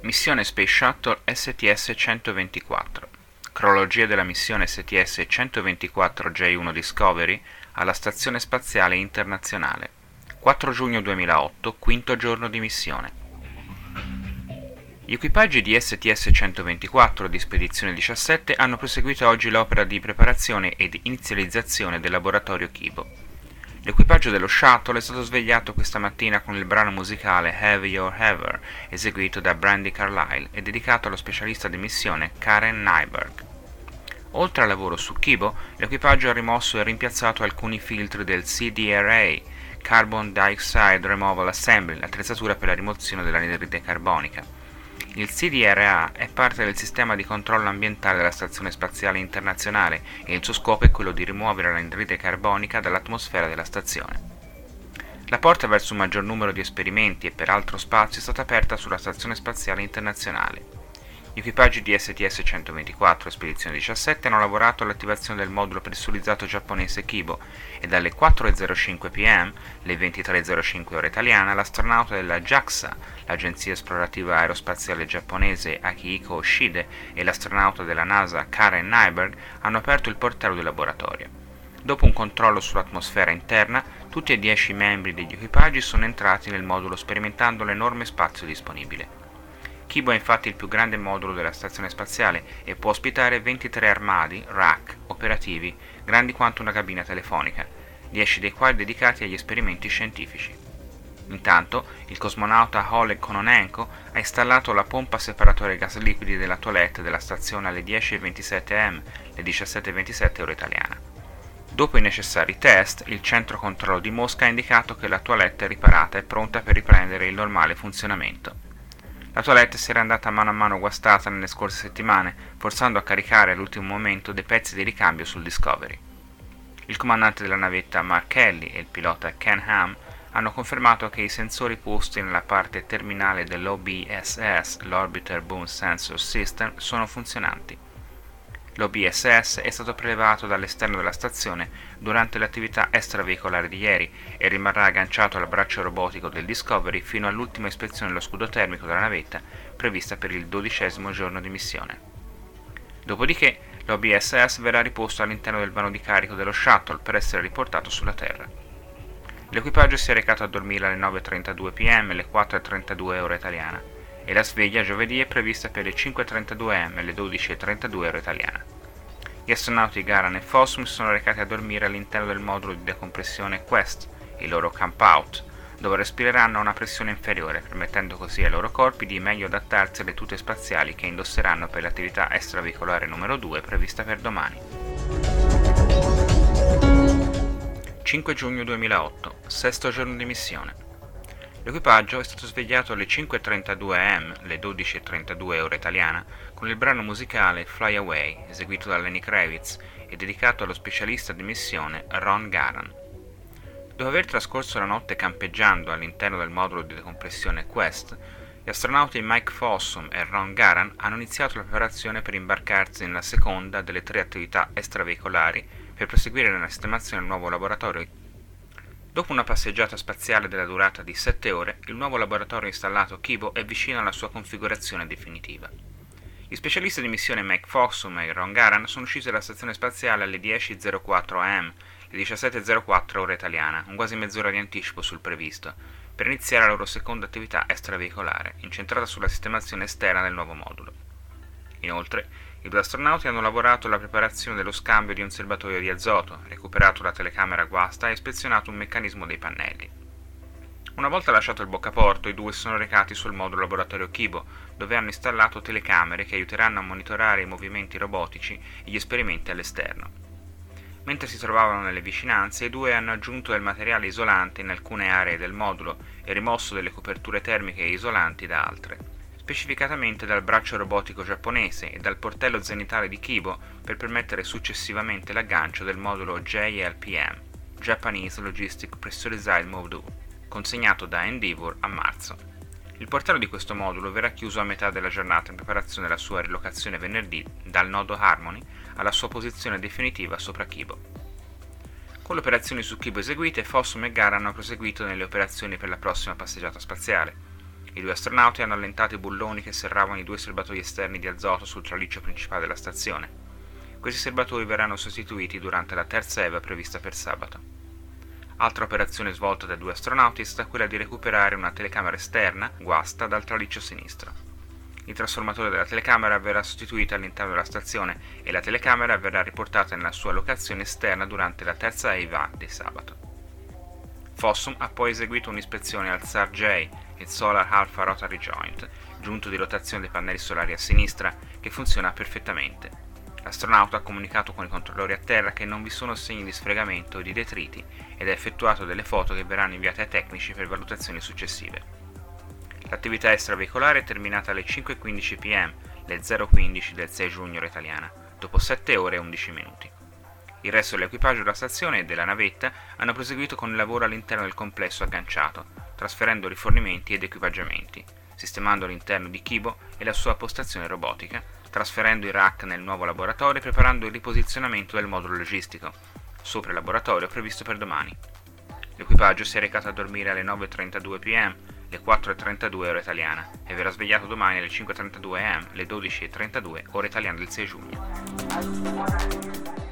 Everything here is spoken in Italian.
Missione Space Shuttle STS-124. Cronologia della missione STS-124J1 Discovery alla Stazione Spaziale Internazionale. 4 giugno 2008, quinto giorno di missione. Gli equipaggi di STS-124 di Spedizione 17 hanno proseguito oggi l'opera di preparazione ed inizializzazione del laboratorio Kibo. L'equipaggio dello shuttle è stato svegliato questa mattina con il brano musicale Heavy or Ever, eseguito da Brandi Carlile e dedicato allo specialista di missione Karen Nyberg. Oltre al lavoro su Kibo, l'equipaggio ha rimosso e rimpiazzato alcuni filtri del CDRA, Carbon Dioxide Removal Assembly, l'attrezzatura per la rimozione dell'anidride carbonica. Il CDRA è parte del sistema di controllo ambientale della Stazione Spaziale Internazionale e il suo scopo è quello di rimuovere l'anidride carbonica dall'atmosfera della stazione. La porta verso un maggior numero di esperimenti e per altro spazio è stata aperta sulla Stazione Spaziale Internazionale. Gli equipaggi di STS-124 e Spedizione 17 hanno lavorato all'attivazione del modulo pressurizzato giapponese Kibo e dalle 4:05 pm, le 23:05 ora italiana, l'astronauta della JAXA, l'agenzia esplorativa aerospaziale giapponese Akihiko Oshide, e l'astronauta della NASA Karen Nyberg hanno aperto il portello del laboratorio. Dopo un controllo sull'atmosfera interna, tutti e 10 membri degli equipaggi sono entrati nel modulo sperimentando l'enorme spazio disponibile. Kibo è infatti il più grande modulo della stazione spaziale e può ospitare 23 armadi, rack, operativi, grandi quanto una cabina telefonica, 10 dei quali dedicati agli esperimenti scientifici. Intanto, il cosmonauta Oleg Kononenko ha installato la pompa separatore gas liquidi della toilette della stazione alle 10:27 am, le 17:27 ora italiana. Dopo i necessari test, il centro controllo di Mosca ha indicato che la toilette è riparata e pronta per riprendere il normale funzionamento. La toilette si era andata a mano guastata nelle scorse settimane, forzando a caricare all'ultimo momento dei pezzi di ricambio sul Discovery. Il comandante della navetta Mark Kelly e il pilota Ken Ham hanno confermato che i sensori posti nella parte terminale dell'OBSS, l'Orbiter Boom Sensor System, sono funzionanti. L'OBSS è stato prelevato dall'esterno della stazione durante l'attività extraveicolare di ieri e rimarrà agganciato al braccio robotico del Discovery fino all'ultima ispezione dello scudo termico della navetta prevista per il 12° giorno di missione. Dopodiché l'OBSS verrà riposto all'interno del vano di carico dello shuttle per essere riportato sulla Terra. L'equipaggio si è recato a dormire alle 9:32 pm, le 4:32 ora italiana, e la sveglia giovedì è prevista per le 5:32 am e le 12:32 ora italiana. Gli astronauti Garan e Fossum si sono recati a dormire all'interno del modulo di decompressione Quest, il loro camp out, dove respireranno a una pressione inferiore, permettendo così ai loro corpi di meglio adattarsi alle tute spaziali che indosseranno per l'attività extraveicolare numero 2 prevista per domani. 5 giugno 2008, sesto giorno di missione. L'equipaggio è stato svegliato alle 5:32 am, le 12:32 ora italiana, con il brano musicale Fly Away, eseguito da Lenny Kravitz e dedicato allo specialista di missione Ron Garan. Dopo aver trascorso la notte campeggiando all'interno del modulo di decompressione Quest, gli astronauti Mike Fossum e Ron Garan hanno iniziato la preparazione per imbarcarsi nella seconda delle 3 attività extraveicolari per proseguire nella sistemazione del nuovo laboratorio. Dopo una passeggiata spaziale della durata di 7 ore, il nuovo laboratorio installato Kibo è vicino alla sua configurazione definitiva. Gli specialisti di missione Mike Fossum e Ron Garan sono usciti dalla stazione spaziale alle 10:04 am, le 17:04 ora italiana, un quasi mezz'ora di anticipo sul previsto, per iniziare la loro seconda attività extraveicolare, incentrata sulla sistemazione esterna del nuovo modulo. Inoltre, i 2 astronauti hanno lavorato alla preparazione dello scambio di un serbatoio di azoto, recuperato la telecamera guasta e ispezionato un meccanismo dei pannelli. Una volta lasciato il boccaporto, i 2 si sono recati sul modulo laboratorio Kibo, dove hanno installato telecamere che aiuteranno a monitorare i movimenti robotici e gli esperimenti all'esterno. Mentre si trovavano nelle vicinanze, i 2 hanno aggiunto del materiale isolante in alcune aree del modulo e rimosso delle coperture termiche e isolanti da altre, specificatamente dal braccio robotico giapponese e dal portello zenitale di Kibo per permettere successivamente l'aggancio del modulo JLPM, Japanese Logistic Pressurized Module, consegnato da Endeavour a marzo. Il portello di questo modulo verrà chiuso a metà della giornata in preparazione della sua rilocazione venerdì dal nodo Harmony alla sua posizione definitiva sopra Kibo. Con le operazioni su Kibo eseguite, Fossum e Garan hanno proseguito nelle operazioni per la prossima passeggiata spaziale. I due astronauti hanno allentato i bulloni che serravano i due serbatoi esterni di azoto sul traliccio principale della stazione. Questi serbatoi verranno sostituiti durante la terza EVA prevista per sabato. Altra operazione svolta dai due astronauti è stata quella di recuperare una telecamera esterna guasta dal traliccio sinistro. Il trasformatore della telecamera verrà sostituito all'interno della stazione e la telecamera verrà riportata nella sua locazione esterna durante la terza EVA di sabato. Fossum ha poi eseguito un'ispezione al SAR-J, il Solar Alpha Rotary Joint, giunto di rotazione dei pannelli solari a sinistra, che funziona perfettamente. L'astronauta ha comunicato con i controllori a terra che non vi sono segni di sfregamento o di detriti ed ha effettuato delle foto che verranno inviate ai tecnici per valutazioni successive. L'attività extraveicolare è terminata alle 5:15 pm, le 0:15 del 6 giugno ora italiana, dopo 7 ore e 11 minuti. Il resto dell'equipaggio della stazione e della navetta hanno proseguito con il lavoro all'interno del complesso agganciato, trasferendo rifornimenti ed equipaggiamenti, sistemando l'interno di Kibo e la sua postazione robotica, trasferendo i rack nel nuovo laboratorio e preparando il riposizionamento del modulo logistico, sopra il laboratorio previsto per domani. L'equipaggio si è recato a dormire alle 9:32 pm, le 4:32 ora italiana, e verrà svegliato domani alle 5:32 am, le 12:32 ora italiana del 6 giugno.